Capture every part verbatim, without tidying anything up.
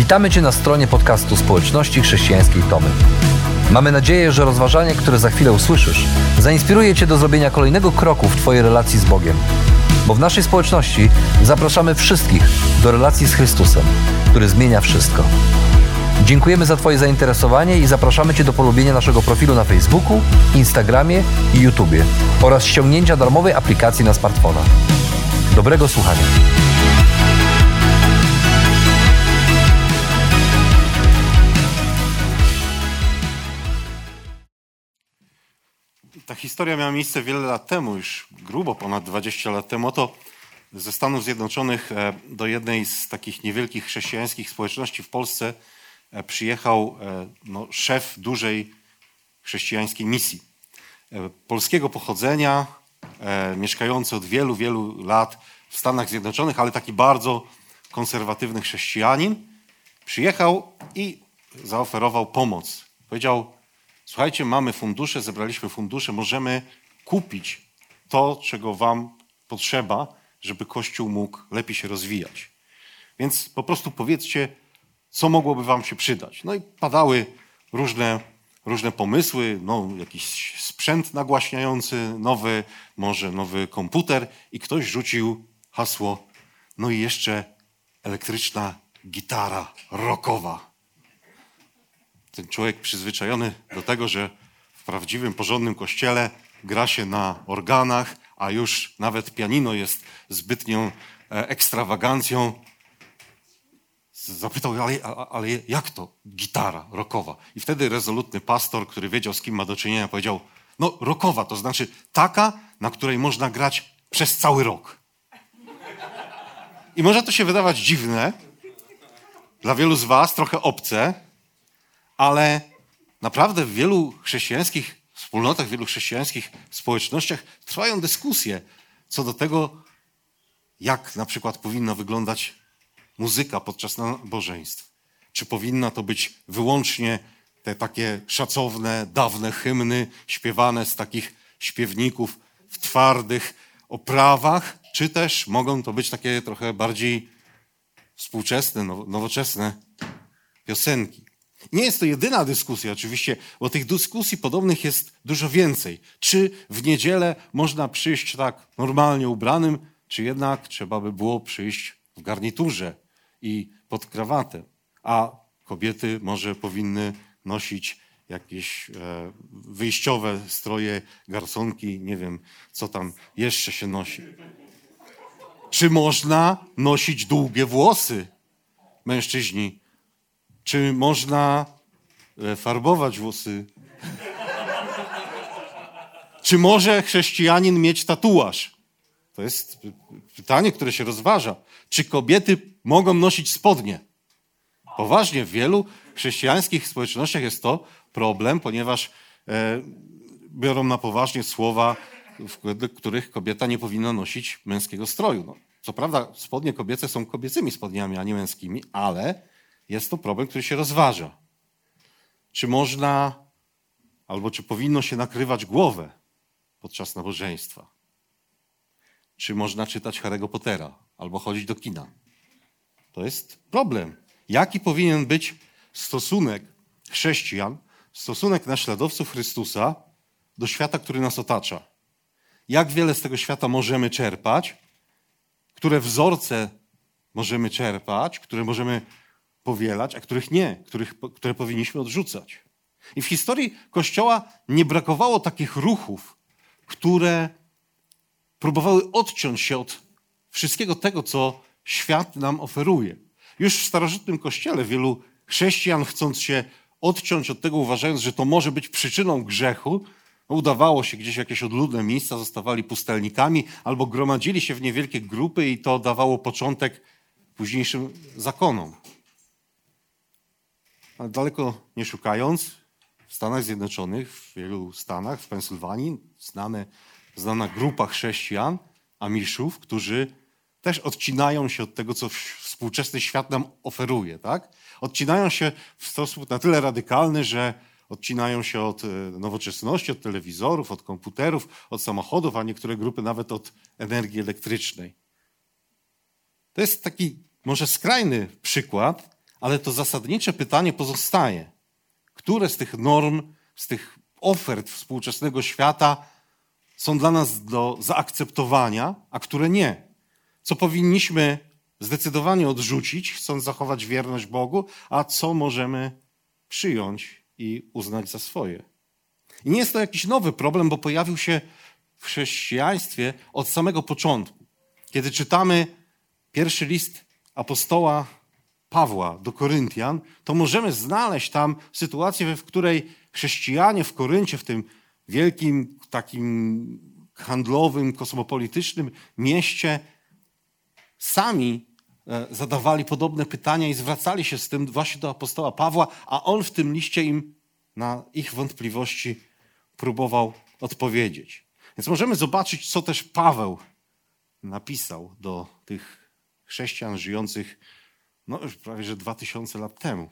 Witamy Cię na stronie podcastu Społeczności Chrześcijańskiej Tomy. Mamy nadzieję, że rozważanie, które za chwilę usłyszysz, zainspiruje Cię do zrobienia kolejnego kroku w Twojej relacji z Bogiem. Bo w naszej społeczności zapraszamy wszystkich do relacji z Chrystusem, który zmienia wszystko. Dziękujemy za Twoje zainteresowanie i zapraszamy Cię do polubienia naszego profilu na Facebooku, Instagramie i YouTubie oraz ściągnięcia darmowej aplikacji na smartfona. Dobrego słuchania. Ta historia miała miejsce wiele lat temu, już grubo ponad dwadzieścia lat temu. Oto ze Stanów Zjednoczonych do jednej z takich niewielkich chrześcijańskich społeczności w Polsce przyjechał no, szef dużej chrześcijańskiej misji. Polskiego pochodzenia, mieszkający od wielu, wielu lat w Stanach Zjednoczonych, ale taki bardzo konserwatywny chrześcijanin, przyjechał i zaoferował pomoc. Powiedział: słuchajcie, mamy fundusze, zebraliśmy fundusze, możemy kupić to, czego wam potrzeba, żeby Kościół mógł lepiej się rozwijać. Więc po prostu powiedzcie, co mogłoby wam się przydać. No i padały różne, różne pomysły, no, jakiś sprzęt nagłaśniający, nowy, może nowy komputer i ktoś rzucił hasło, no i jeszcze elektryczna gitara rockowa. Ten człowiek przyzwyczajony do tego, że w prawdziwym, porządnym kościele gra się na organach, a już nawet pianino jest zbytnią ekstrawagancją, zapytał, ale, ale jak to gitara rockowa? I wtedy rezolutny pastor, który wiedział, z kim ma do czynienia, powiedział: no rockowa, to znaczy taka, na której można grać przez cały rok. I może to się wydawać dziwne, dla wielu z was trochę obce, ale naprawdę w wielu chrześcijańskich wspólnotach, w wielu chrześcijańskich społecznościach trwają dyskusje co do tego, jak na przykład powinna wyglądać muzyka podczas nabożeństw. Czy powinna to być wyłącznie te takie szacowne, dawne hymny śpiewane z takich śpiewników w twardych oprawach, czy też mogą to być takie trochę bardziej współczesne, nowoczesne piosenki. Nie jest to jedyna dyskusja oczywiście, bo tych dyskusji podobnych jest dużo więcej. Czy w niedzielę można przyjść tak normalnie ubranym, czy jednak trzeba by było przyjść w garniturze i pod krawatę, a kobiety może powinny nosić jakieś e, wyjściowe stroje, garsonki, nie wiem, co tam jeszcze się nosi. Czy można nosić długie włosy, mężczyźni? Czy można farbować włosy? Czy może chrześcijanin mieć tatuaż? To jest pytanie, które się rozważa. Czy kobiety mogą nosić spodnie? Poważnie, w wielu chrześcijańskich społecznościach jest to problem, ponieważ e, biorą na poważnie słowa, w których kobieta nie powinna nosić męskiego stroju. No, co prawda spodnie kobiece są kobiecymi spodniami, a nie męskimi, ale jest to problem, który się rozważa. Czy można, albo czy powinno się nakrywać głowę podczas nabożeństwa? Czy można czytać Harry'ego Pottera, albo chodzić do kina? To jest problem. Jaki powinien być stosunek chrześcijan, stosunek naśladowców Chrystusa do świata, który nas otacza? Jak wiele z tego świata możemy czerpać? Które wzorce możemy czerpać, które możemy powielać, a których nie, których, które powinniśmy odrzucać. I w historii Kościoła nie brakowało takich ruchów, które próbowały odciąć się od wszystkiego tego, co świat nam oferuje. Już w starożytnym Kościele wielu chrześcijan, chcąc się odciąć od tego, uważając, że to może być przyczyną grzechu, udawało się gdzieś w jakieś odludne miejsca, zostawali pustelnikami albo gromadzili się w niewielkie grupy i to dawało początek późniejszym zakonom. Ale daleko nie szukając, w Stanach Zjednoczonych, w wielu stanach, w Pensylwanii, znane, znana grupa chrześcijan, Amiszów, którzy też odcinają się od tego, co współczesny świat nam oferuje. Tak? Odcinają się w sposób na tyle radykalny, że odcinają się od nowoczesności, od telewizorów, od komputerów, od samochodów, a niektóre grupy nawet od energii elektrycznej. To jest taki może skrajny przykład, Ale to zasadnicze pytanie pozostaje. Które z tych norm, z tych ofert współczesnego świata są dla nas do zaakceptowania, a które nie? Co powinniśmy zdecydowanie odrzucić, chcąc zachować wierność Bogu, a co możemy przyjąć i uznać za swoje? I nie jest to jakiś nowy problem, bo pojawił się w chrześcijaństwie od samego początku. Kiedy czytamy pierwszy list apostoła Pawła do Koryntian, to możemy znaleźć tam sytuację, w której chrześcijanie w Koryncie, w tym wielkim, takim handlowym, kosmopolitycznym mieście, sami zadawali podobne pytania i zwracali się z tym właśnie do apostoła Pawła, a on w tym liście im na ich wątpliwości próbował odpowiedzieć. Więc możemy zobaczyć, co też Paweł napisał do tych chrześcijan żyjących no już prawie że dwa tysiące lat temu.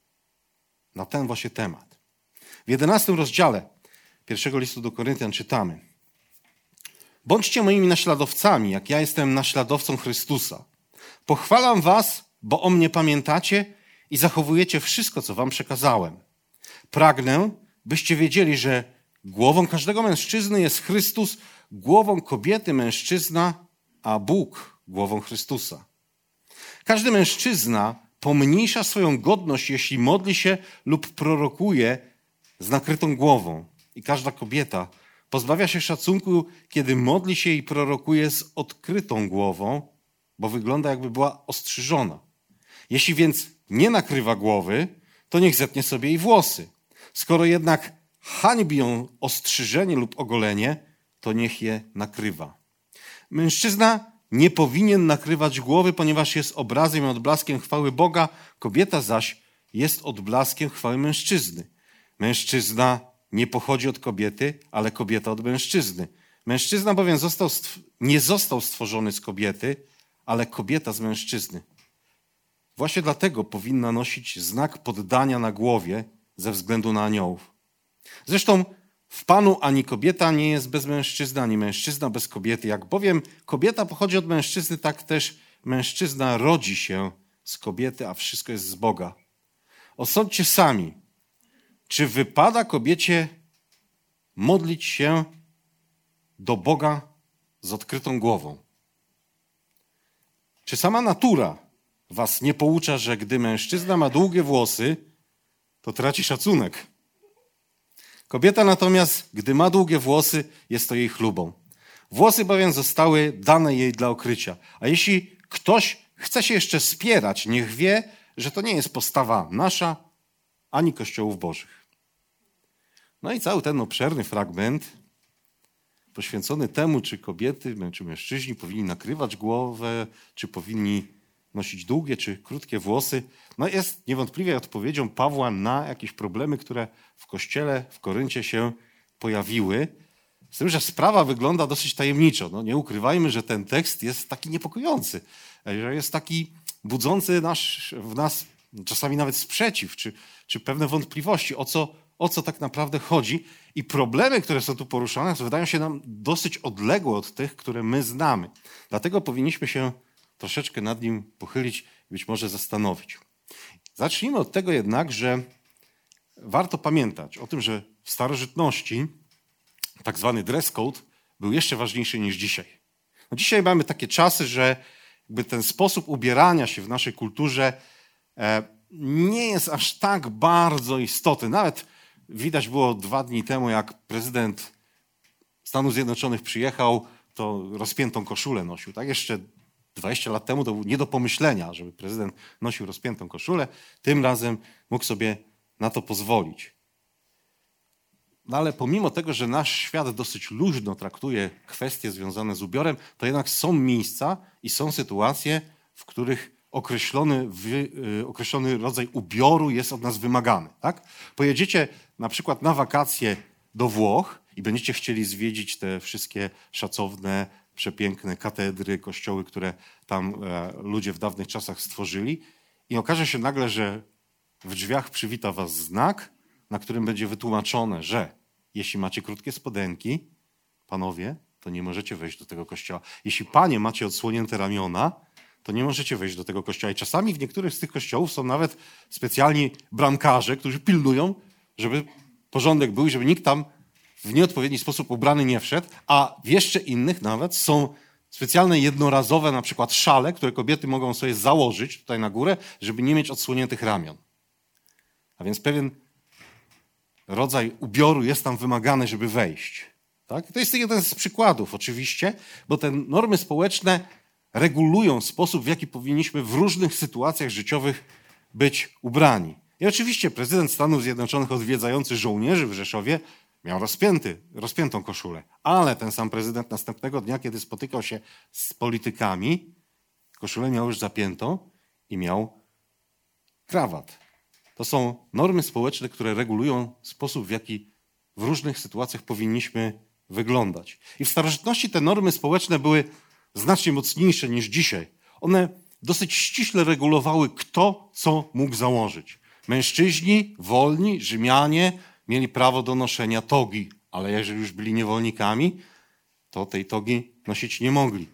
Na ten właśnie temat. W jedenastym rozdziale pierwszego listu do Koryntian czytamy: Bądźcie moimi naśladowcami, jak ja jestem naśladowcą Chrystusa. Pochwalam was, bo o mnie pamiętacie i zachowujecie wszystko, co wam przekazałem. Pragnę, byście wiedzieli, że głową każdego mężczyzny jest Chrystus, głową kobiety mężczyzna, a Bóg głową Chrystusa. Każdy mężczyzna pomniejsza swoją godność, jeśli modli się lub prorokuje z nakrytą głową. I każda kobieta pozbawia się szacunku, kiedy modli się i prorokuje z odkrytą głową, bo wygląda, jakby była ostrzyżona. Jeśli więc nie nakrywa głowy, to niech zetnie sobie jej włosy. Skoro jednak hańbi ją ostrzyżenie lub ogolenie, to niech je nakrywa. Mężczyzna nie powinien nakrywać głowy, ponieważ jest obrazem i odblaskiem chwały Boga, kobieta zaś jest odblaskiem chwały mężczyzny. Mężczyzna nie pochodzi od kobiety, ale kobieta od mężczyzny. Mężczyzna bowiem został stw- nie został stworzony z kobiety, ale kobieta z mężczyzny. Właśnie dlatego powinna nosić znak poddania na głowie ze względu na aniołów. Zresztą w Panu ani kobieta nie jest bez mężczyzny, ani mężczyzna bez kobiety. Jak bowiem kobieta pochodzi od mężczyzny, tak też mężczyzna rodzi się z kobiety, a wszystko jest z Boga. Osądźcie sami, czy wypada kobiecie modlić się do Boga z odkrytą głową? Czy sama natura was nie poucza, że gdy mężczyzna ma długie włosy, to traci szacunek? Kobieta natomiast, gdy ma długie włosy, jest to jej chlubą. Włosy bowiem zostały dane jej dla okrycia. A jeśli ktoś chce się jeszcze spierać, niech wie, że to nie jest postawa nasza, ani Kościołów Bożych. No i cały ten obszerny fragment poświęcony temu, czy kobiety, czy mężczyźni powinni nakrywać głowę, czy powinni nosić długie, czy krótkie włosy, no jest niewątpliwie odpowiedzią Pawła na jakieś problemy, które w Kościele w Koryncie się pojawiły. Z tym, że sprawa wygląda dosyć tajemniczo. No, nie ukrywajmy, że ten tekst jest taki niepokojący, że jest taki budzący nasz, w nas czasami nawet sprzeciw, czy, czy pewne wątpliwości, o co, o co tak naprawdę chodzi. I problemy, które są tu poruszane, wydają się nam dosyć odległe od tych, które my znamy. Dlatego powinniśmy się troszeczkę nad nim pochylić i być może zastanowić. Zacznijmy od tego jednak, że warto pamiętać o tym, że w starożytności tak zwany dress code był jeszcze ważniejszy niż dzisiaj. No dzisiaj mamy takie czasy, że jakby ten sposób ubierania się w naszej kulturze nie jest aż tak bardzo istotny. Nawet widać było dwa dni temu, jak prezydent Stanów Zjednoczonych przyjechał, to rozpiętą koszulę nosił. Tak jeszcze dwadzieścia lat temu to było nie do pomyślenia, żeby prezydent nosił rozpiętą koszulę. Tym razem mógł sobie na to pozwolić. No ale pomimo tego, że nasz świat dosyć luźno traktuje kwestie związane z ubiorem, to jednak są miejsca i są sytuacje, w których określony, wy, określony rodzaj ubioru jest od nas wymagany. Tak? Pojedziecie na przykład na wakacje do Włoch i będziecie chcieli zwiedzić te wszystkie szacowne, przepiękne katedry, kościoły, które tam ludzie w dawnych czasach stworzyli, i okaże się nagle, że w drzwiach przywita was znak, na którym będzie wytłumaczone, że jeśli macie krótkie spodenki, panowie, to nie możecie wejść do tego kościoła. Jeśli panie macie odsłonięte ramiona, to nie możecie wejść do tego kościoła. I czasami w niektórych z tych kościołów są nawet specjalni bramkarze, którzy pilnują, żeby porządek był i żeby nikt tam w nieodpowiedni sposób ubrany nie wszedł, a w jeszcze innych nawet są specjalne jednorazowe na przykład szale, które kobiety mogą sobie założyć tutaj na górę, żeby nie mieć odsłoniętych ramion. A więc pewien rodzaj ubioru jest tam wymagany, żeby wejść. Tak? To jest jeden z przykładów oczywiście, bo te normy społeczne regulują sposób, w jaki powinniśmy w różnych sytuacjach życiowych być ubrani. I oczywiście prezydent Stanów Zjednoczonych odwiedzający żołnierzy w Rzeszowie miał rozpięty, rozpiętą koszulę. Ale ten sam prezydent następnego dnia, kiedy spotykał się z politykami, koszulę miał już zapiętą i miał krawat. To są normy społeczne, które regulują sposób, w jaki w różnych sytuacjach powinniśmy wyglądać. I w starożytności te normy społeczne były znacznie mocniejsze niż dzisiaj. One dosyć ściśle regulowały, kto co mógł założyć. Mężczyźni, wolni, Rzymianie mieli prawo do noszenia togi, ale jeżeli już byli niewolnikami, to tej togi nosić nie mogli.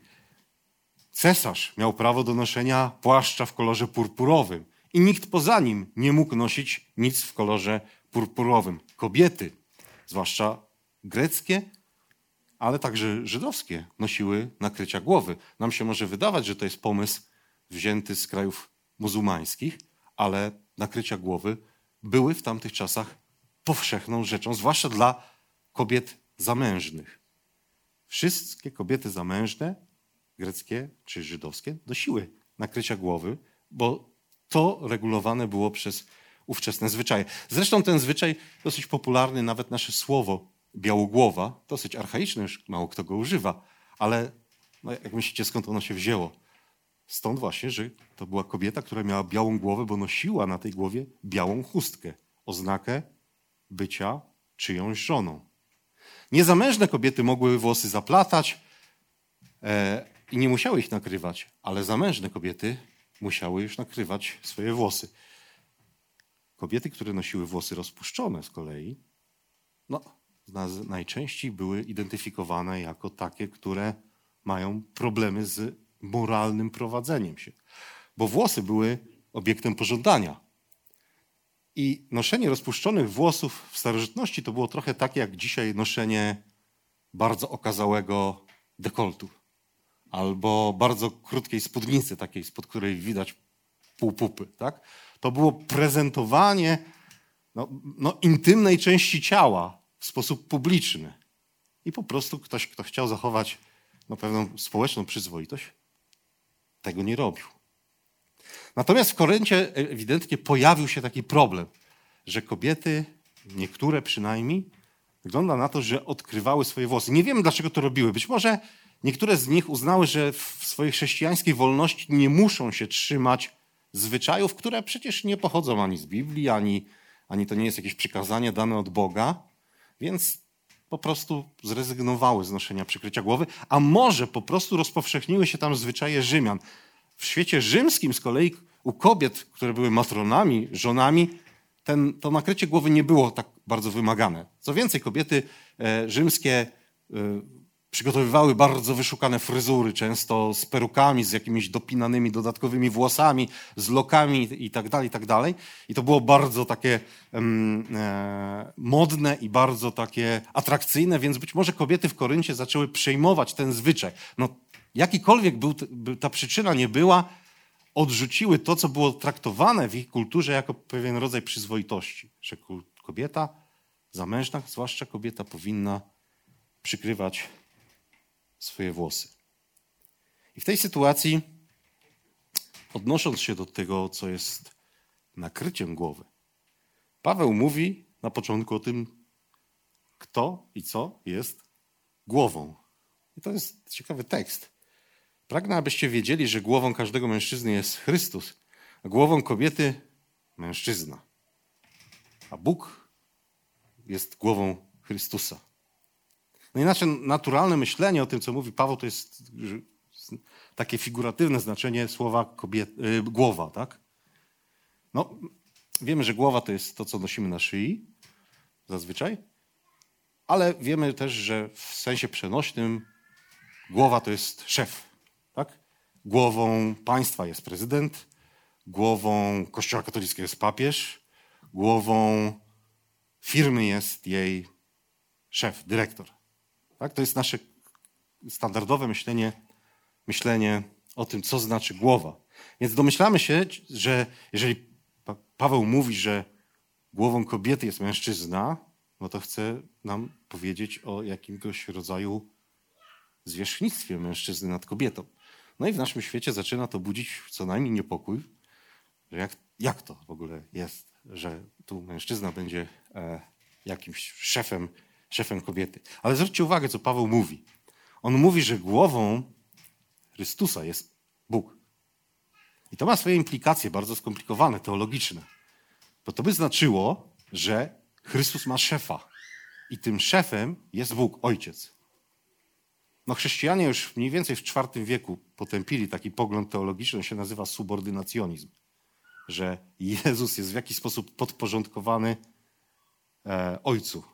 Cesarz miał prawo do noszenia płaszcza w kolorze purpurowym i nikt poza nim nie mógł nosić nic w kolorze purpurowym. Kobiety, zwłaszcza greckie, ale także żydowskie, nosiły nakrycia głowy. Nam się może wydawać, że to jest pomysł wzięty z krajów muzułmańskich, ale nakrycia głowy były w tamtych czasach powszechną rzeczą, zwłaszcza dla kobiet zamężnych. Wszystkie kobiety zamężne, greckie czy żydowskie, nosiły nakrycia głowy, bo to regulowane było przez ówczesne zwyczaje. Zresztą ten zwyczaj dosyć popularny, nawet nasze słowo białogłowa, dosyć archaiczne, już mało kto go używa, ale no jak myślicie, skąd ono się wzięło? Stąd właśnie, że to była kobieta, która miała białą głowę, bo nosiła na tej głowie białą chustkę, oznakę bycia czyjąś żoną. Niezamężne kobiety mogły włosy zaplatać e, i nie musiały ich nakrywać, ale zamężne kobiety musiały już nakrywać swoje włosy. Kobiety, które nosiły włosy rozpuszczone z kolei, no, najczęściej były identyfikowane jako takie, które mają problemy z moralnym prowadzeniem się. Bo włosy były obiektem pożądania. I noszenie rozpuszczonych włosów w starożytności to było trochę takie jak dzisiaj noszenie bardzo okazałego dekoltu. Albo bardzo krótkiej spódnicy, takiej, spod której widać pół pupy. Tak? To było prezentowanie no, no, intymnej części ciała w sposób publiczny. I po prostu ktoś, kto chciał zachować no, pewną społeczną przyzwoitość, tego nie robił. Natomiast w Koryncie ewidentnie pojawił się taki problem, że kobiety, niektóre przynajmniej, wygląda na to, że odkrywały swoje włosy. Nie wiemy, dlaczego to robiły. Być może niektóre z nich uznały, że w swojej chrześcijańskiej wolności nie muszą się trzymać zwyczajów, które przecież nie pochodzą ani z Biblii, ani, ani to nie jest jakieś przykazanie dane od Boga, więc po prostu zrezygnowały z noszenia przykrycia głowy, a może po prostu rozpowszechniły się tam zwyczaje Rzymian. W świecie rzymskim z kolei u kobiet, które były matronami, żonami, ten, to nakrycie głowy nie było tak bardzo wymagane. Co więcej, kobiety e, rzymskie e, przygotowywały bardzo wyszukane fryzury, często z perukami, z jakimiś dopinanymi dodatkowymi włosami, z lokami i tak dalej, i tak dalej. I to było bardzo takie um, e, modne i bardzo takie atrakcyjne, więc być może kobiety w Koryncie zaczęły przejmować ten zwyczaj. No, jakikolwiek był, by ta przyczyna nie była, odrzuciły to, co było traktowane w ich kulturze jako pewien rodzaj przyzwoitości. Że kobieta, zamężna, zwłaszcza kobieta, powinna przykrywać swoje włosy. I w tej sytuacji, odnosząc się do tego, co jest nakryciem głowy, Paweł mówi na początku o tym, kto i co jest głową. I to jest ciekawy tekst. Pragnę, abyście wiedzieli, że głową każdego mężczyzny jest Chrystus, a głową kobiety mężczyzna. A Bóg jest głową Chrystusa. No inaczej naturalne myślenie o tym, co mówi Paweł, to jest takie figuratywne znaczenie słowa kobiet, yy, głowa, tak? No, wiemy, że głowa to jest to, co nosimy na szyi zazwyczaj, ale wiemy też, że w sensie przenośnym głowa to jest szef, tak? głową państwa jest prezydent, głową Kościoła katolickiego jest papież, głową firmy jest jej szef, dyrektor. Tak? To jest nasze standardowe myślenie, myślenie o tym, co znaczy głowa. Więc domyślamy się, że jeżeli pa- Paweł mówi, że głową kobiety jest mężczyzna, no to chce nam powiedzieć o jakimś rodzaju zwierzchnictwie mężczyzny nad kobietą. No i w naszym świecie zaczyna to budzić co najmniej niepokój, że jak, jak to w ogóle jest, że tu mężczyzna będzie e, jakimś szefem, szefem kobiety. Ale zwróćcie uwagę, co Paweł mówi. On mówi, że głową Chrystusa jest Bóg. I to ma swoje implikacje bardzo skomplikowane, teologiczne. Bo to by znaczyło, że Chrystus ma szefa. I tym szefem jest Bóg, Ojciec. No chrześcijanie już mniej więcej w czwartym wieku potępili taki pogląd teologiczny, on się nazywa subordynacjonizm. Że Jezus jest w jakiś sposób podporządkowany e, Ojcu.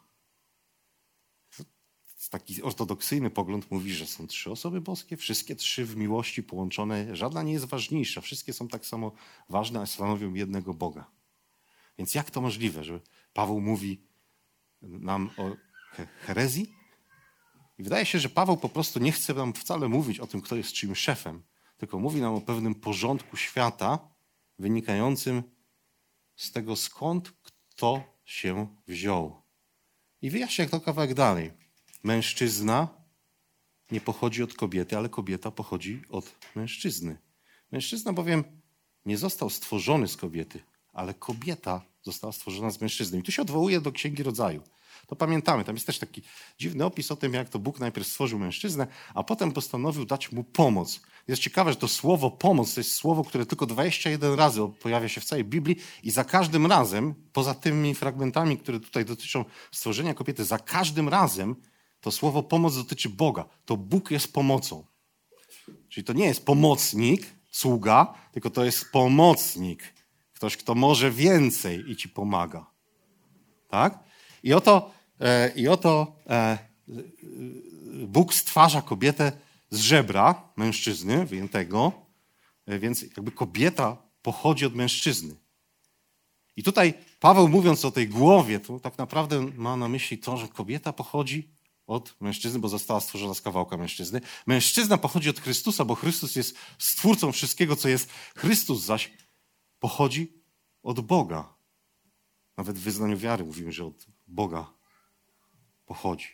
Taki ortodoksyjny pogląd mówi, że są trzy osoby boskie, wszystkie trzy w miłości połączone, żadna nie jest ważniejsza, wszystkie są tak samo ważne, a stanowią jednego Boga. Więc jak to możliwe, że Paweł mówi nam o herezji? I wydaje się, że Paweł po prostu nie chce nam wcale mówić o tym, kto jest czyim szefem, tylko mówi nam o pewnym porządku świata wynikającym z tego, skąd kto się wziął. I wyjaśnia to kawałek dalej. Mężczyzna nie pochodzi od kobiety, ale kobieta pochodzi od mężczyzny. Mężczyzna bowiem nie został stworzony z kobiety, ale kobieta została stworzona z mężczyzny. I tu się odwołuje do Księgi Rodzaju. To pamiętamy, tam jest też taki dziwny opis o tym, jak to Bóg najpierw stworzył mężczyznę, a potem postanowił dać mu pomoc. Jest ciekawe, że to słowo pomoc to jest słowo, które tylko dwadzieścia jeden razy pojawia się w całej Biblii i za każdym razem, poza tymi fragmentami, które tutaj dotyczą stworzenia kobiety, za każdym razem to słowo pomoc dotyczy Boga. To Bóg jest pomocą. Czyli to nie jest pomocnik, sługa, tylko to jest pomocnik. Ktoś, kto może więcej i ci pomaga. Tak? I oto, e, i oto e, Bóg stwarza kobietę z żebra mężczyzny wyjętego, e, więc jakby kobieta pochodzi od mężczyzny. I tutaj Paweł, mówiąc o tej głowie, to tak naprawdę ma na myśli to, że kobieta pochodzi od mężczyzny, bo została stworzona z kawałka mężczyzny. Mężczyzna pochodzi od Chrystusa, bo Chrystus jest stwórcą wszystkiego, co jest. Chrystus zaś pochodzi od Boga. Nawet w wyznaniu wiary mówimy, że od Boga pochodzi.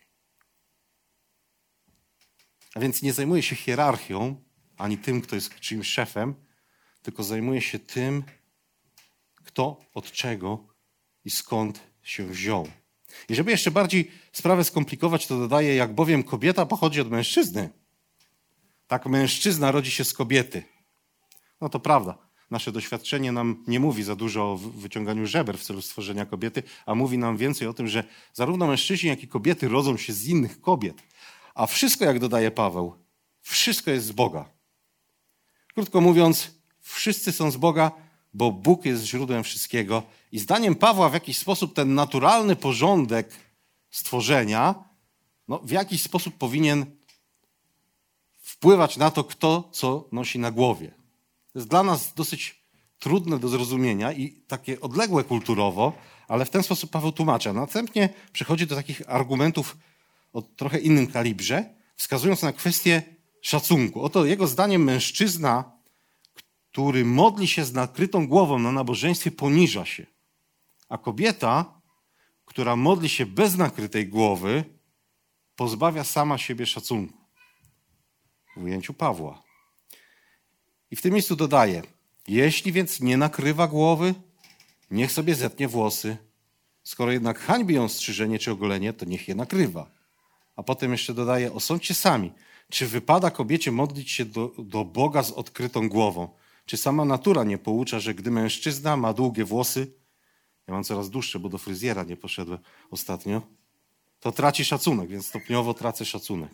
A więc nie zajmuje się hierarchią, ani tym, kto jest czyimś szefem, tylko zajmuje się tym, kto od czego i skąd się wziął. I żeby jeszcze bardziej sprawę skomplikować, to dodaje, jak bowiem kobieta pochodzi od mężczyzny, tak mężczyzna rodzi się z kobiety. No to prawda. Nasze doświadczenie nam nie mówi za dużo o wyciąganiu żeber w celu stworzenia kobiety, a mówi nam więcej o tym, że zarówno mężczyźni, jak i kobiety rodzą się z innych kobiet. A wszystko, jak dodaje Paweł, wszystko jest z Boga. Krótko mówiąc, wszyscy są z Boga, bo Bóg jest źródłem wszystkiego. I zdaniem Pawła w jakiś sposób ten naturalny porządek stworzenia no, w jakiś sposób powinien wpływać na to, kto co nosi na głowie. To jest dla nas dosyć trudne do zrozumienia i takie odległe kulturowo, ale w ten sposób Paweł tłumacza. Następnie przechodzi do takich argumentów o trochę innym kalibrze, wskazując na kwestię szacunku. Oto jego zdaniem mężczyzna, który modli się z nakrytą głową na nabożeństwie, poniża się. A kobieta, która modli się bez nakrytej głowy, pozbawia sama siebie szacunku. W ujęciu Pawła. I w tym miejscu dodaje, jeśli więc nie nakrywa głowy, niech sobie zetnie włosy. Skoro jednak hańbi ją strzyżenie czy ogolenie, to niech je nakrywa. A potem jeszcze dodaje, osądźcie sami, czy wypada kobiecie modlić się do, do Boga z odkrytą głową? Czy sama natura nie poucza, że gdy mężczyzna ma długie włosy, ja mam coraz dłuższe, bo do fryzjera nie poszedłem ostatnio, to traci szacunek, więc stopniowo tracę szacunek.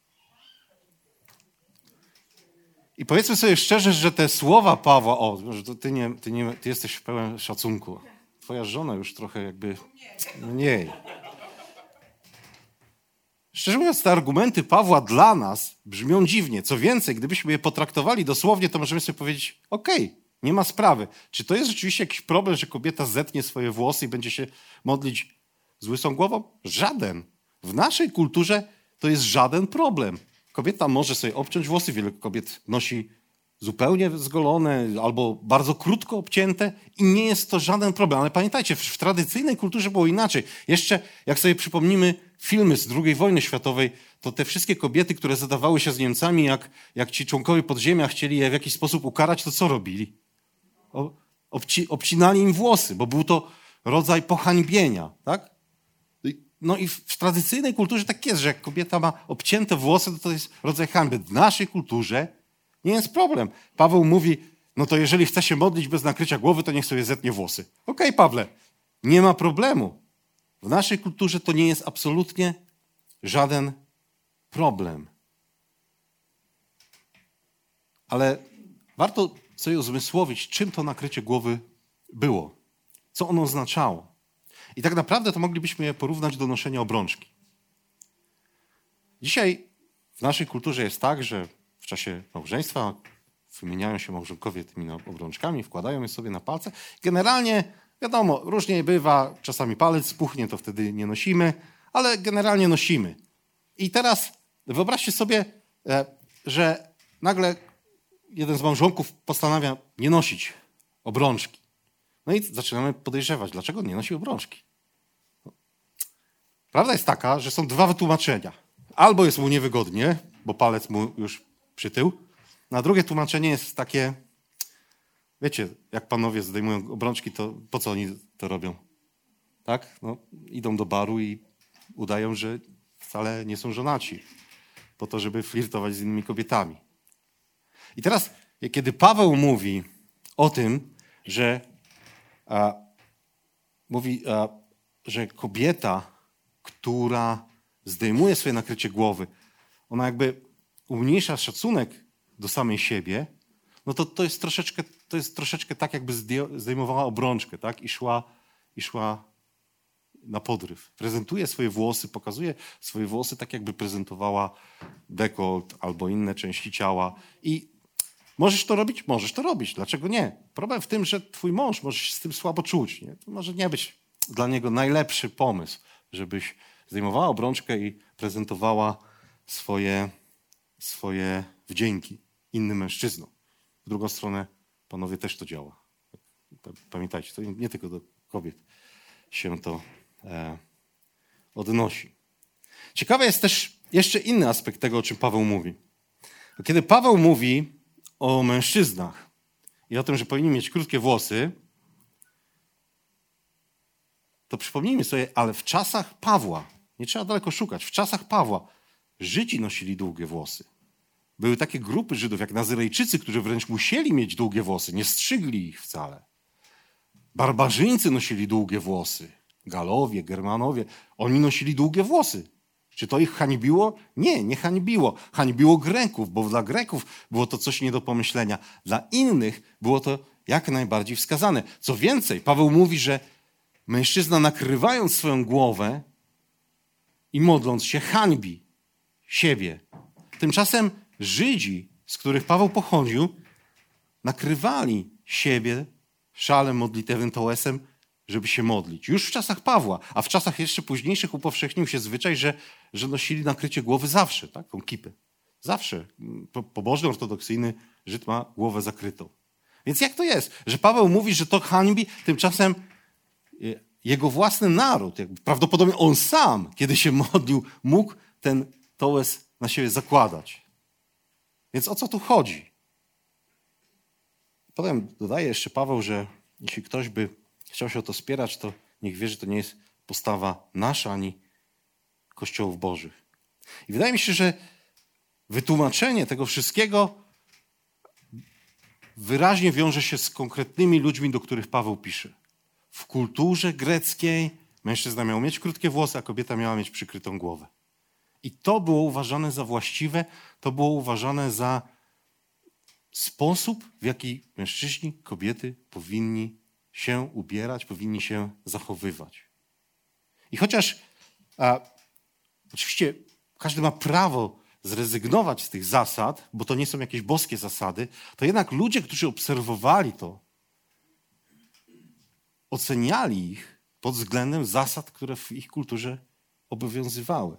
I powiedzmy sobie szczerze, że te słowa Pawła, o, że to ty, nie, ty, nie, ty jesteś pełen szacunku. Twoja żona już trochę jakby mniej. Szczerze mówiąc, te argumenty Pawła dla nas brzmią dziwnie. Co więcej, gdybyśmy je potraktowali dosłownie, to możemy sobie powiedzieć, okej, okay, nie ma sprawy. Czy to jest rzeczywiście jakiś problem, że kobieta zetnie swoje włosy i będzie się modlić z łysą głową? Żaden. W naszej kulturze to jest żaden problem. Kobieta może sobie obciąć włosy, wiele kobiet nosi zupełnie zgolone albo bardzo krótko obcięte i nie jest to żaden problem. Ale pamiętajcie, w, w tradycyjnej kulturze było inaczej. Jeszcze jak sobie przypomnimy filmy z drugiej wojny światowej, to te wszystkie kobiety, które zadawały się z Niemcami, jak, jak ci członkowie podziemia chcieli je w jakiś sposób ukarać, to co robili? O, obci, obcinali im włosy, bo był to rodzaj pohańbienia, tak? No i w, w tradycyjnej kulturze tak jest, że jak kobieta ma obcięte włosy, to to jest rodzaj hańby. W naszej kulturze nie jest problem. Paweł mówi, no to jeżeli chce się modlić bez nakrycia głowy, to niech sobie zetnie włosy. Okej, okay, Pawle, nie ma problemu. W naszej kulturze to nie jest absolutnie żaden problem. Ale warto sobie uzmysłowić, czym to nakrycie głowy było. Co ono oznaczało. I tak naprawdę to moglibyśmy je porównać do noszenia obrączki. Dzisiaj w naszej kulturze jest tak, że w czasie małżeństwa wymieniają się małżonkowie tymi obrączkami, wkładają je sobie na palce. Generalnie, wiadomo, różnie bywa, czasami palec spuchnie, to wtedy nie nosimy, ale generalnie nosimy. I teraz wyobraźcie sobie, że nagle jeden z małżonków postanawia nie nosić obrączki. No i zaczynamy podejrzewać, dlaczego nie nosi obrączki. Prawda jest taka, że są dwa wytłumaczenia. Albo jest mu niewygodnie, bo palec mu już przytył. A drugie tłumaczenie jest takie, wiecie, jak panowie zdejmują obrączki, to po co oni to robią? Tak? No, idą do baru i udają, że wcale nie są żonaci. Po to, żeby flirtować z innymi kobietami. I teraz, kiedy Paweł mówi o tym, że a, mówi, a, że kobieta, która zdejmuje swoje nakrycie głowy, ona jakby umniejsza szacunek do samej siebie, no to to jest troszeczkę, to jest troszeczkę tak, jakby zdejmowała obrączkę, tak? I szła, i szła na podryw. Prezentuje swoje włosy, pokazuje swoje włosy tak, jakby prezentowała dekolt albo inne części ciała. I możesz to robić? Możesz to robić. Dlaczego nie? Problem w tym, że twój mąż może się z tym słabo czuć. Nie? To może nie być dla niego najlepszy pomysł, żebyś zdejmowała obrączkę i prezentowała swoje, swoje wdzięki innym mężczyznom. W drugą stronę panowie też to działa. Pamiętajcie, to nie tylko do kobiet się to e, odnosi. Ciekawy jest też jeszcze inny aspekt tego, o czym Paweł mówi. Kiedy Paweł mówi o mężczyznach i o tym, że powinni mieć krótkie włosy, to przypomnijmy sobie, ale w czasach Pawła, nie trzeba daleko szukać, w czasach Pawła Żydzi nosili długie włosy. Były takie grupy Żydów, jak Nazyrejczycy, którzy wręcz musieli mieć długie włosy, nie strzygli ich wcale. Barbarzyńcy nosili długie włosy, Galowie, Germanowie, oni nosili długie włosy. Czy to ich hańbiło? Nie, nie hańbiło. Hańbiło Greków, bo dla Greków było to coś nie do pomyślenia. Dla innych było to jak najbardziej wskazane. Co więcej, Paweł mówi, że mężczyzna nakrywając swoją głowę i modląc się, hańbi siebie. Tymczasem Żydzi, z których Paweł pochodził, nakrywali siebie szalem modlitewnym tołesem, żeby się modlić. Już w czasach Pawła, a w czasach jeszcze późniejszych upowszechnił się zwyczaj, że, że nosili nakrycie głowy zawsze, taką kipę. Zawsze. Pobożny, ortodoksyjny Żyd ma głowę zakrytą. Więc jak to jest, że Paweł mówi, że to hańbi, tymczasem jego własny naród, prawdopodobnie on sam, kiedy się modlił, mógł ten tołes na siebie zakładać. Więc o co tu chodzi? Potem dodaje jeszcze Paweł, że jeśli ktoś by chciał się o to spierać, to niech wie, że to nie jest postawa nasza ani Kościołów Bożych. I wydaje mi się, że wytłumaczenie tego wszystkiego wyraźnie wiąże się z konkretnymi ludźmi, do których Paweł pisze. W kulturze greckiej mężczyzna miał mieć krótkie włosy, a kobieta miała mieć przykrytą głowę. I to było uważane za właściwe, to było uważane za sposób, w jaki mężczyźni, kobiety powinni się ubierać, powinni się zachowywać. I chociaż a, oczywiście każdy ma prawo zrezygnować z tych zasad, bo to nie są jakieś boskie zasady, to jednak ludzie, którzy obserwowali to, oceniali ich pod względem zasad, które w ich kulturze obowiązywały.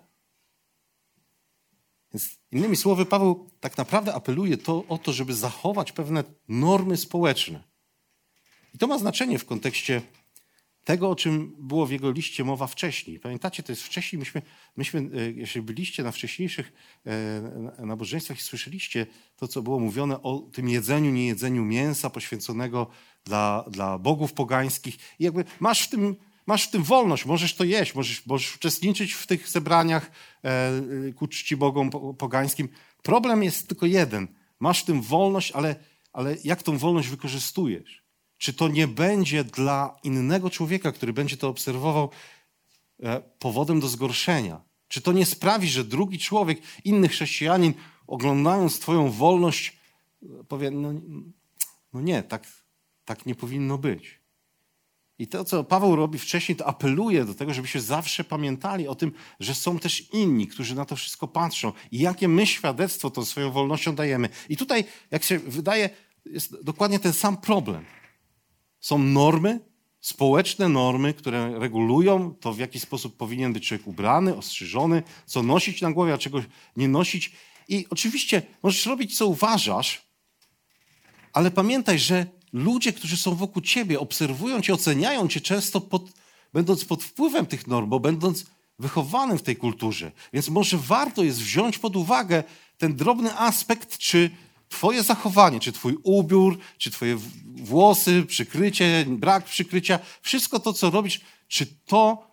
Więc innymi słowy, Paweł tak naprawdę apeluje to, o to, żeby zachować pewne normy społeczne. I to ma znaczenie w kontekście tego, o czym było w jego liście mowa wcześniej. Pamiętacie, to jest wcześniej, myśmy, myśmy jeśli byliście na wcześniejszych e, nabożeństwach i słyszeliście to, co było mówione o tym jedzeniu, niejedzeniu mięsa poświęconego dla, dla bogów pogańskich. I jakby masz w tym, masz w tym wolność, możesz to jeść, możesz, możesz uczestniczyć w tych zebraniach e, ku czci bogom pogańskim. Problem jest tylko jeden. Masz w tym wolność, ale, ale jak tą wolność wykorzystujesz? Czy to nie będzie dla innego człowieka, który będzie to obserwował, powodem do zgorszenia? Czy to nie sprawi, że drugi człowiek, inny chrześcijanin, oglądając twoją wolność, powie, no, no nie, tak, tak nie powinno być. I to, co Paweł robi wcześniej, to apeluje do tego, żebyśmy zawsze pamiętali o tym, że są też inni, którzy na to wszystko patrzą i jakie my świadectwo tą swoją wolnością dajemy. I tutaj, jak się wydaje, jest dokładnie ten sam problem. Są normy, społeczne normy, które regulują to, w jaki sposób powinien być człowiek ubrany, ostrzyżony, co nosić na głowie, a czego nie nosić. I oczywiście możesz robić, co uważasz, ale pamiętaj, że ludzie, którzy są wokół ciebie, obserwują cię, oceniają cię często pod, będąc pod wpływem tych norm, bo będąc wychowanym w tej kulturze. Więc może warto jest wziąć pod uwagę ten drobny aspekt, czy twoje zachowanie, czy twój ubiór, czy twoje włosy, przykrycie, brak przykrycia, wszystko to, co robisz, czy to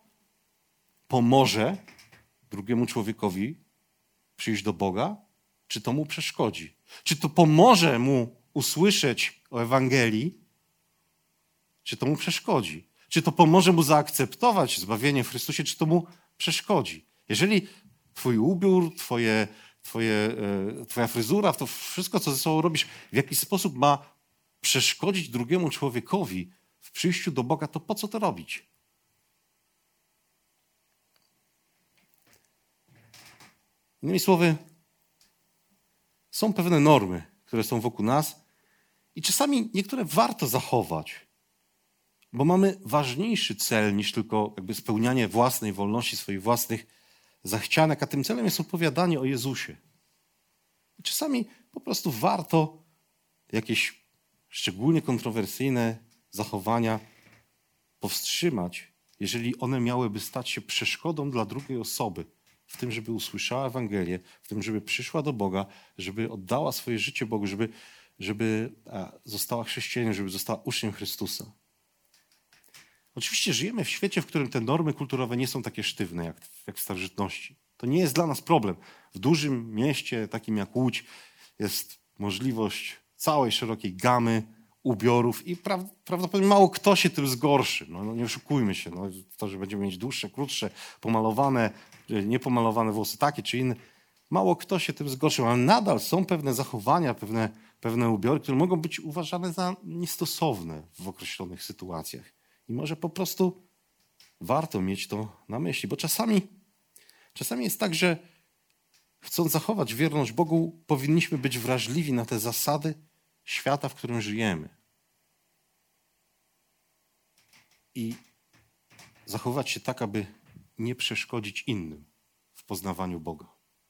pomoże drugiemu człowiekowi przyjść do Boga, czy to mu przeszkodzi? Czy to pomoże mu usłyszeć o Ewangelii, czy to mu przeszkodzi? Czy to pomoże mu zaakceptować zbawienie w Chrystusie, czy to mu przeszkodzi? Jeżeli twój ubiór, twoje Twoje, twoja fryzura, to wszystko, co ze sobą robisz, w jakiś sposób ma przeszkodzić drugiemu człowiekowi w przyjściu do Boga, to po co to robić? Innymi słowy, są pewne normy, które są wokół nas i czasami niektóre warto zachować, bo mamy ważniejszy cel niż tylko jakby spełnianie własnej wolności, swoich własnych zachcianek, a tym celem jest opowiadanie o Jezusie. I czasami po prostu warto jakieś szczególnie kontrowersyjne zachowania powstrzymać, jeżeli one miałyby stać się przeszkodą dla drugiej osoby w tym, żeby usłyszała Ewangelię, w tym, żeby przyszła do Boga, żeby oddała swoje życie Bogu, żeby, żeby została chrześcijaninem, żeby została uczniem Chrystusa. Oczywiście żyjemy w świecie, w którym te normy kulturowe nie są takie sztywne jak, jak w starożytności. To nie jest dla nas problem. W dużym mieście, takim jak Łódź, jest możliwość całej szerokiej gamy ubiorów i pra, prawdopodobnie mało kto się tym zgorszy. No, no nie oszukujmy się. No, to, że będziemy mieć dłuższe, krótsze, pomalowane, niepomalowane włosy, takie czy inne. Mało kto się tym zgorszy, ale nadal są pewne zachowania, pewne, pewne ubiory, które mogą być uważane za niestosowne w określonych sytuacjach. I może po prostu warto mieć to na myśli, bo czasami, czasami jest tak, że chcąc zachować wierność Bogu, powinniśmy być wrażliwi na te zasady świata, w którym żyjemy. I zachować się tak, aby nie przeszkodzić innym w poznawaniu Boga.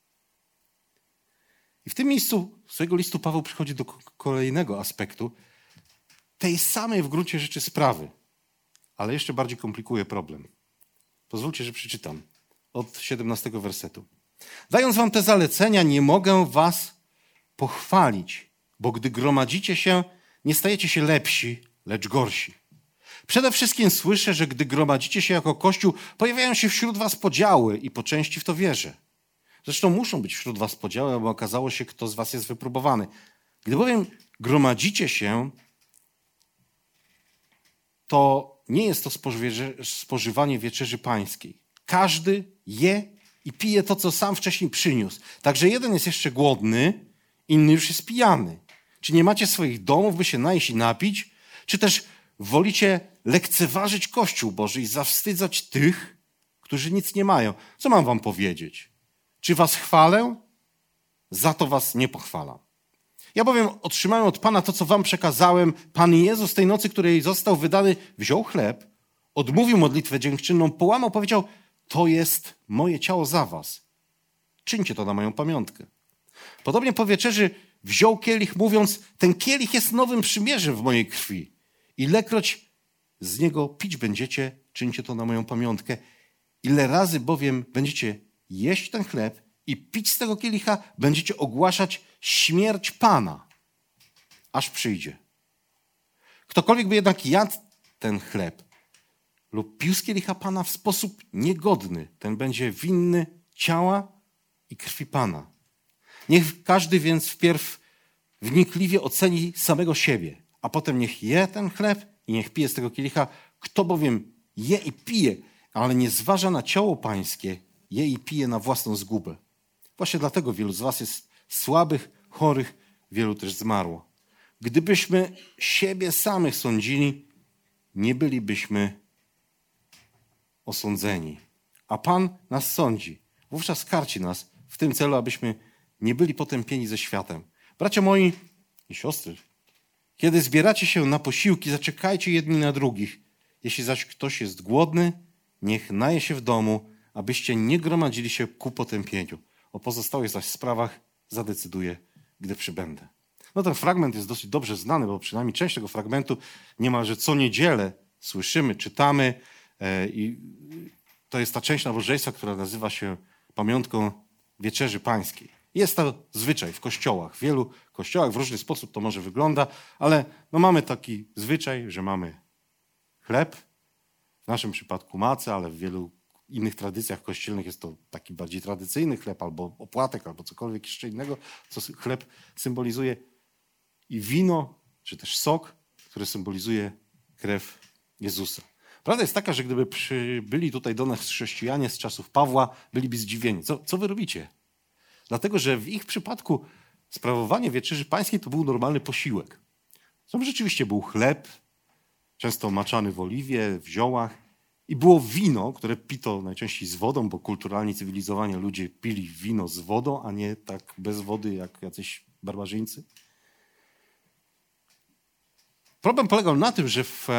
I w tym miejscu swojego listu Paweł przychodzi do kolejnego aspektu tej samej w gruncie rzeczy sprawy, ale jeszcze bardziej komplikuje problem. Pozwólcie, że przeczytam od siedemnastego wersetu. Dając wam te zalecenia, nie mogę was pochwalić, bo gdy gromadzicie się, nie stajecie się lepsi, lecz gorsi. Przede wszystkim słyszę, że gdy gromadzicie się jako Kościół, pojawiają się wśród was podziały i po części w to wierzę. Zresztą muszą być wśród was podziały, aby okazało się, kto z was jest wypróbowany. Gdy bowiem gromadzicie się, to nie jest to spożywanie wieczerzy pańskiej. Każdy je i pije to, co sam wcześniej przyniósł. Także jeden jest jeszcze głodny, inny już jest pijany. Czy nie macie swoich domów, by się najeść i napić? Czy też wolicie lekceważyć Kościół Boży i zawstydzać tych, którzy nic nie mają? Co mam wam powiedzieć? Czy was chwalę? Za to was nie pochwalam. Ja bowiem otrzymałem od Pana to, co wam przekazałem. Pan Jezus tej nocy, której został wydany, wziął chleb, odmówił modlitwę dziękczynną, połamał, powiedział, to jest moje ciało za was. Czyńcie to na moją pamiątkę. Podobnie po wieczerzy wziął kielich, mówiąc, ten kielich jest nowym przymierzem w mojej krwi. Ilekroć z niego pić będziecie, czyńcie to na moją pamiątkę. Ile razy bowiem będziecie jeść ten chleb i pić z tego kielicha, będziecie ogłaszać śmierć Pana, aż przyjdzie. Ktokolwiek by jednak jadł ten chleb lub pił z kielicha Pana w sposób niegodny, ten będzie winny ciała i krwi Pana. Niech każdy więc wpierw wnikliwie oceni samego siebie, a potem niech je ten chleb i niech pije z tego kielicha. Kto bowiem je i pije, ale nie zważa na ciało Pańskie, je i pije na własną zgubę. Właśnie dlatego wielu z was jest słabych, chorych, wielu też zmarło. Gdybyśmy siebie samych sądzili, nie bylibyśmy osądzeni. A Pan nas sądzi. Wówczas karci nas w tym celu, abyśmy nie byli potępieni ze światem. Bracia moi i siostry, kiedy zbieracie się na posiłki, zaczekajcie jedni na drugich. Jeśli zaś ktoś jest głodny, niech naje się w domu, abyście nie gromadzili się ku potępieniu. O pozostałych zaś sprawach zadecyduję, gdy przybędę. No ten fragment jest dosyć dobrze znany, bo przynajmniej część tego fragmentu niemalże co niedzielę słyszymy, czytamy e, i to jest ta część nabożeństwa, która nazywa się pamiątką Wieczerzy Pańskiej. Jest to zwyczaj w kościołach. W wielu kościołach w różny sposób to może wygląda, ale no mamy taki zwyczaj, że mamy chleb, w naszym przypadku macę, ale w wielu innych tradycjach kościelnych jest to taki bardziej tradycyjny chleb, albo opłatek, albo cokolwiek jeszcze innego, co chleb symbolizuje. I wino, czy też sok, który symbolizuje krew Jezusa. Prawda jest taka, że gdyby przybyli tutaj do nas chrześcijanie z czasów Pawła, byliby zdziwieni. Co, co wy robicie? Dlatego, że w ich przypadku sprawowanie Wieczerzy Pańskiej to był normalny posiłek. Tam rzeczywiście był chleb, często maczany w oliwie, w ziołach. I było wino, które pito najczęściej z wodą, bo kulturalnie, cywilizowani ludzie pili wino z wodą, a nie tak bez wody jak jacyś barbarzyńcy. Problem polegał na tym, że w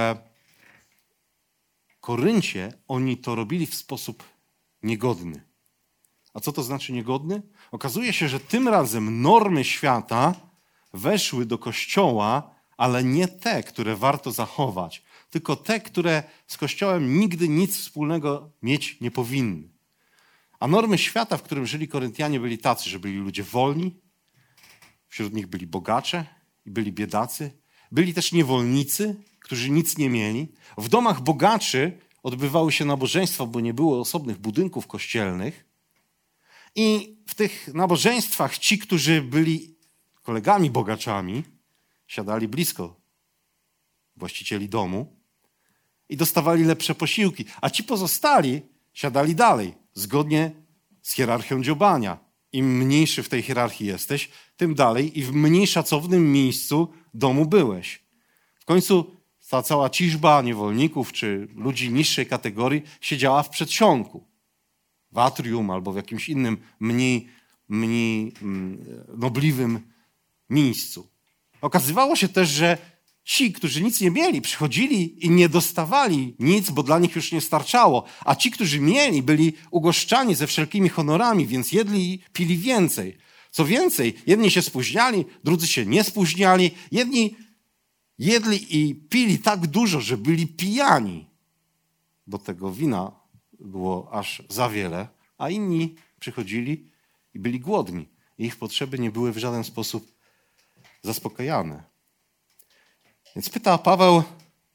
Koryncie oni to robili w sposób niegodny. A co to znaczy niegodny? Okazuje się, że tym razem normy świata weszły do Kościoła, ale nie te, które warto zachować, tylko te, które z Kościołem nigdy nic wspólnego mieć nie powinny. A normy świata, w którym żyli Koryntianie, byli tacy, że byli ludzie wolni, wśród nich byli bogacze i byli biedacy, byli też niewolnicy, którzy nic nie mieli. W domach bogaczy odbywały się nabożeństwa, bo nie było osobnych budynków kościelnych. I w tych nabożeństwach ci, którzy byli kolegami bogaczami, siadali blisko właścicieli domu i dostawali lepsze posiłki. A ci pozostali siadali dalej, zgodnie z hierarchią dziobania. Im mniejszy w tej hierarchii jesteś, tym dalej i w mniej szacownym miejscu domu byłeś. W końcu ta cała ciżba niewolników czy ludzi niższej kategorii siedziała w przedsionku, w atrium albo w jakimś innym, mniej, mniej nobliwym miejscu. Okazywało się też, że ci, którzy nic nie mieli, przychodzili i nie dostawali nic, bo dla nich już nie starczało, a ci, którzy mieli, byli ugoszczani ze wszelkimi honorami, więc jedli i pili więcej. Co więcej, jedni się spóźniali, drudzy się nie spóźniali, jedni jedli i pili tak dużo, że byli pijani, bo tego wina było aż za wiele, a inni przychodzili i byli głodni. Ich potrzeby nie były w żaden sposób zaspokajane. Więc pyta Paweł,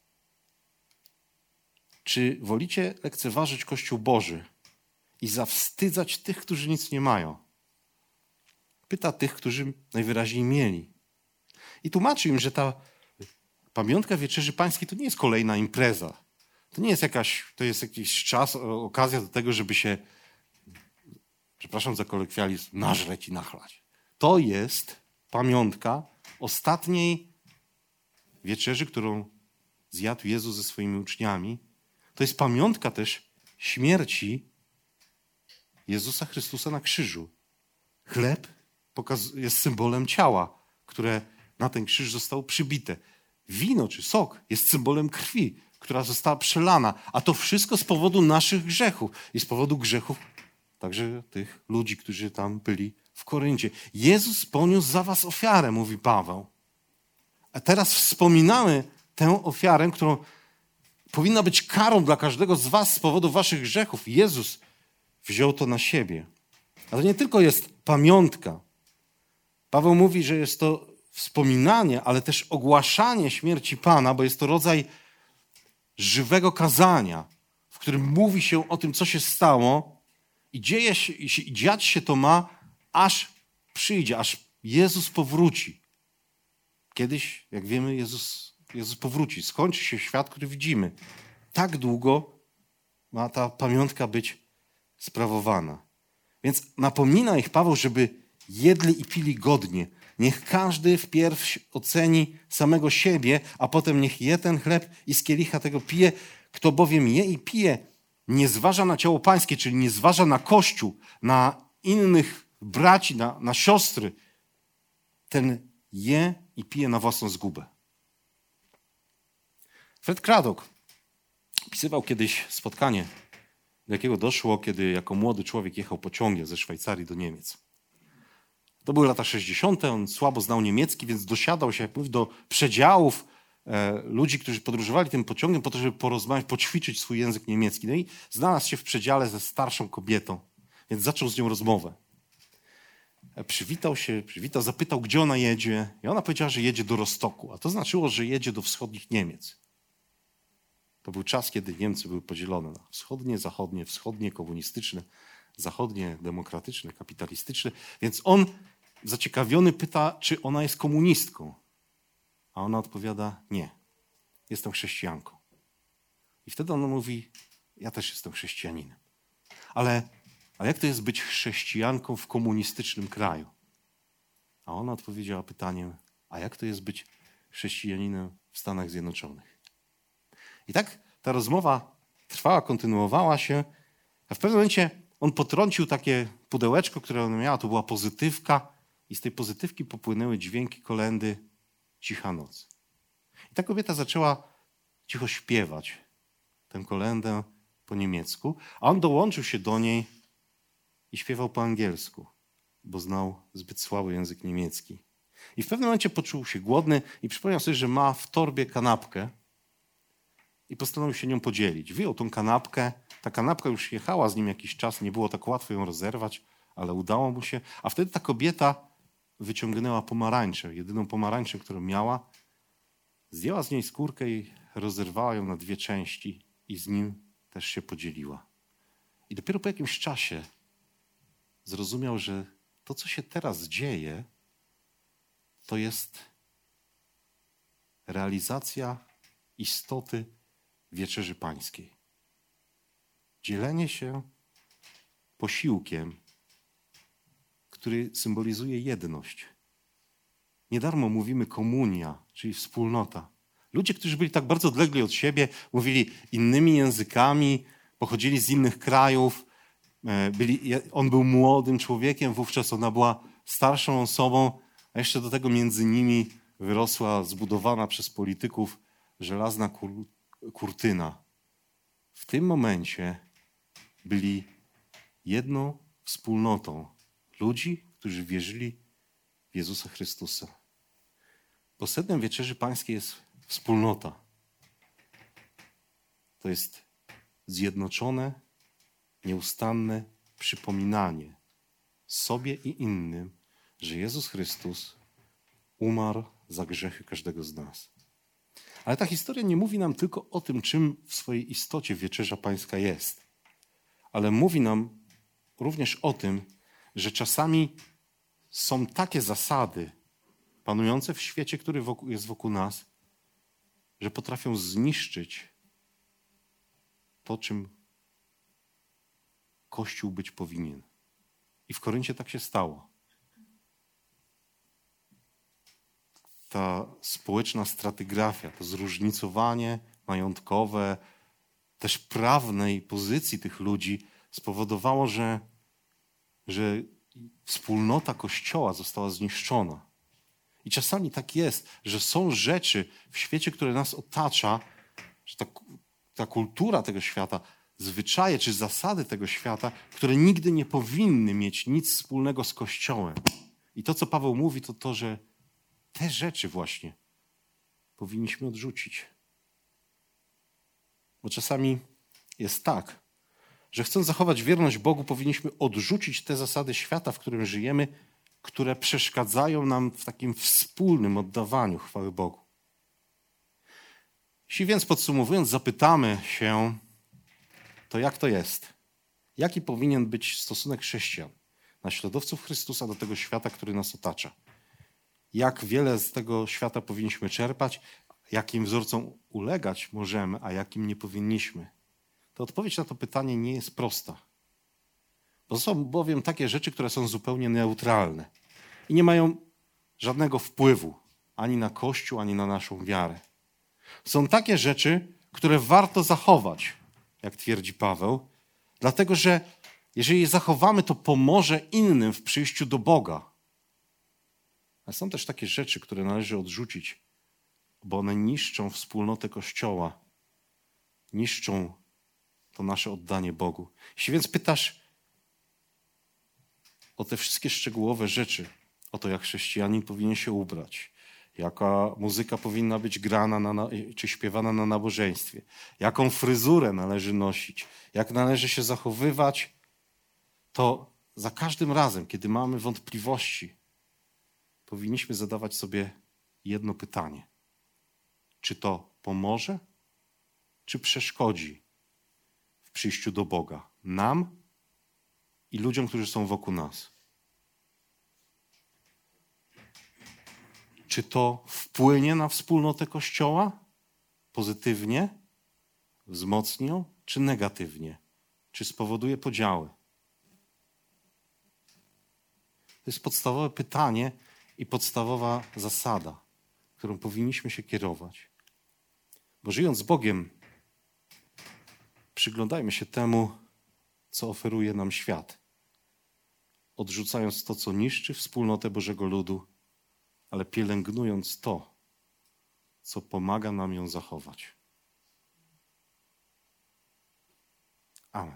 czy wolicie lekceważyć Kościół Boży i zawstydzać tych, którzy nic nie mają? Pyta tych, którzy najwyraźniej mieli. I tłumaczy im, że ta pamiątka Wieczerzy Pańskiej to nie jest kolejna impreza. To nie jest jakaś, to jest jakiś czas, okazja do tego, żeby się, przepraszam za kolokwializm, nażreć i nachlać. To jest pamiątka ostatniej wieczerzy, którą zjadł Jezus ze swoimi uczniami. To jest pamiątka też śmierci Jezusa Chrystusa na krzyżu. Chleb jest symbolem ciała, które na ten krzyż zostało przybite. Wino czy sok jest symbolem krwi, która została przelana. A to wszystko z powodu naszych grzechów i z powodu grzechów także tych ludzi, którzy tam byli w Koryncie. Jezus poniósł za was ofiarę, mówi Paweł. A teraz wspominamy tę ofiarę, którą powinna być karą dla każdego z was z powodu waszych grzechów. Jezus wziął to na siebie. A to nie tylko jest pamiątka. Paweł mówi, że jest to wspominanie, ale też ogłaszanie śmierci Pana, bo jest to rodzaj żywego kazania, w którym mówi się o tym, co się stało i dzieje się, i dziać się to ma, aż przyjdzie, aż Jezus powróci. Kiedyś, jak wiemy, Jezus, Jezus powróci. Skończy się świat, który widzimy. Tak długo ma ta pamiątka być sprawowana. Więc napomina ich Paweł, żeby jedli i pili godnie. Niech każdy wpierw oceni samego siebie, a potem niech je ten chleb i z kielicha tego pije. Kto bowiem je i pije, nie zważa na ciało pańskie, czyli nie zważa na Kościół, na innych braci, na, na siostry. Ten je i pije na własną zgubę. Fred Craddock opisywał kiedyś spotkanie, do jakiego doszło, kiedy jako młody człowiek jechał pociągiem ze Szwajcarii do Niemiec. To były lata sześćdziesiąte, on słabo znał niemiecki, więc dosiadał się jak mówię, do przedziałów e, ludzi, którzy podróżowali tym pociągiem po to, żeby porozmawiać, poćwiczyć swój język niemiecki. No i znalazł się w przedziale ze starszą kobietą, więc zaczął z nią rozmowę. E, przywitał się, przywitał, zapytał, gdzie ona jedzie i ona powiedziała, że jedzie do Rostoku, a to znaczyło, że jedzie do wschodnich Niemiec. To był czas, kiedy Niemcy były podzielone na wschodnie, zachodnie, wschodnie komunistyczne, zachodnie demokratyczne, kapitalistyczne. Więc on zaciekawiony pyta, czy ona jest komunistką. A ona odpowiada, nie, jestem chrześcijanką. I wtedy on mówi, ja też jestem chrześcijaninem. Ale, ale jak to jest być chrześcijanką w komunistycznym kraju? A ona odpowiedziała pytaniem, a jak to jest być chrześcijaninem w Stanach Zjednoczonych? I tak ta rozmowa trwała, kontynuowała się, a w pewnym momencie on potrącił takie pudełeczko, które ona miała, to była pozytywka i z tej pozytywki popłynęły dźwięki kolędy Cicha noc. I ta kobieta zaczęła cicho śpiewać tę kolędę po niemiecku, a on dołączył się do niej i śpiewał po angielsku, bo znał zbyt słaby język niemiecki. I w pewnym momencie poczuł się głodny i przypomniał sobie, że ma w torbie kanapkę i postanowił się nią podzielić. Wyjął tą kanapkę. Ta kanapka już jechała z nim jakiś czas, nie było tak łatwo ją rozerwać, ale udało mu się. A wtedy ta kobieta wyciągnęła pomarańczę, jedyną pomarańczę, którą miała. Zdjęła z niej skórkę i rozerwała ją na dwie części i z nim też się podzieliła. I dopiero po jakimś czasie zrozumiał, że to, co się teraz dzieje, to jest realizacja istoty Wieczerzy Pańskiej. Dzielenie się posiłkiem, który symbolizuje jedność. Nie darmo mówimy komunia, czyli wspólnota. Ludzie, którzy byli tak bardzo odlegli od siebie, mówili innymi językami, pochodzili z innych krajów. Byli, on był młodym człowiekiem, wówczas ona była starszą osobą, a jeszcze do tego między nimi wyrosła zbudowana przez polityków żelazna kur, kurtyna. W tym momencie byli jedną wspólnotą ludzi, którzy wierzyli w Jezusa Chrystusa. Bo sednem Wieczerzy Pańskiej jest wspólnota. To jest zjednoczone, nieustanne przypominanie sobie i innym, że Jezus Chrystus umarł za grzechy każdego z nas. Ale ta historia nie mówi nam tylko o tym, czym w swojej istocie Wieczerza Pańska jest, ale mówi nam również o tym, że czasami są takie zasady panujące w świecie, który wokół, jest wokół nas, że potrafią zniszczyć to, czym Kościół być powinien. I w Koryncie tak się stało. Ta społeczna stratygrafia, to zróżnicowanie majątkowe, też prawnej pozycji tych ludzi spowodowało, że że wspólnota Kościoła została zniszczona. I czasami tak jest, że są rzeczy w świecie, które nas otacza, że ta, ta kultura tego świata, zwyczaje czy zasady tego świata, które nigdy nie powinny mieć nic wspólnego z Kościołem. I to, co Paweł mówi, to to, że te rzeczy właśnie powinniśmy odrzucić. Bo czasami jest tak, że chcąc zachować wierność Bogu, powinniśmy odrzucić te zasady świata, w którym żyjemy, które przeszkadzają nam w takim wspólnym oddawaniu chwały Bogu. Jeśli więc podsumowując zapytamy się, to jak to jest? Jaki powinien być stosunek chrześcijan, naśladowców Chrystusa do tego świata, który nas otacza? Jak wiele z tego świata powinniśmy czerpać? Jakim wzorcom ulegać możemy, a jakim nie powinniśmy? To odpowiedź na to pytanie nie jest prosta. Bo są bowiem takie rzeczy, które są zupełnie neutralne i nie mają żadnego wpływu ani na Kościół, ani na naszą wiarę. Są takie rzeczy, które warto zachować, jak twierdzi Paweł, dlatego że jeżeli je zachowamy, to pomoże innym w przyjściu do Boga. Ale są też takie rzeczy, które należy odrzucić, bo one niszczą wspólnotę Kościoła, niszczą to nasze oddanie Bogu. Jeśli więc pytasz o te wszystkie szczegółowe rzeczy, o to, jak chrześcijanin powinien się ubrać, jaka muzyka powinna być grana na, czy śpiewana na nabożeństwie, jaką fryzurę należy nosić, jak należy się zachowywać, to za każdym razem, kiedy mamy wątpliwości, powinniśmy zadawać sobie jedno pytanie. Czy to pomoże, czy przeszkodzi w przyjściu do Boga nam i ludziom, którzy są wokół nas? Czy to wpłynie na wspólnotę Kościoła pozytywnie, wzmocni ją, czy negatywnie? Czy spowoduje podziały? To jest podstawowe pytanie i podstawowa zasada, którą powinniśmy się kierować. Bo żyjąc z Bogiem, przyglądajmy się temu, co oferuje nam świat, odrzucając to, co niszczy wspólnotę Bożego ludu, ale pielęgnując to, co pomaga nam ją zachować. Amen.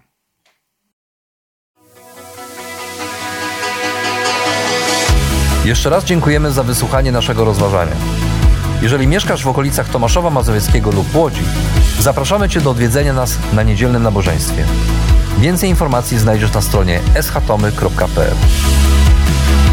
Jeszcze raz dziękujemy za wysłuchanie naszego rozważania. Jeżeli mieszkasz w okolicach Tomaszowa Mazowieckiego lub Łodzi, zapraszamy Cię do odwiedzenia nas na niedzielnym nabożeństwie. Więcej informacji znajdziesz na stronie s h tomy kropka p l.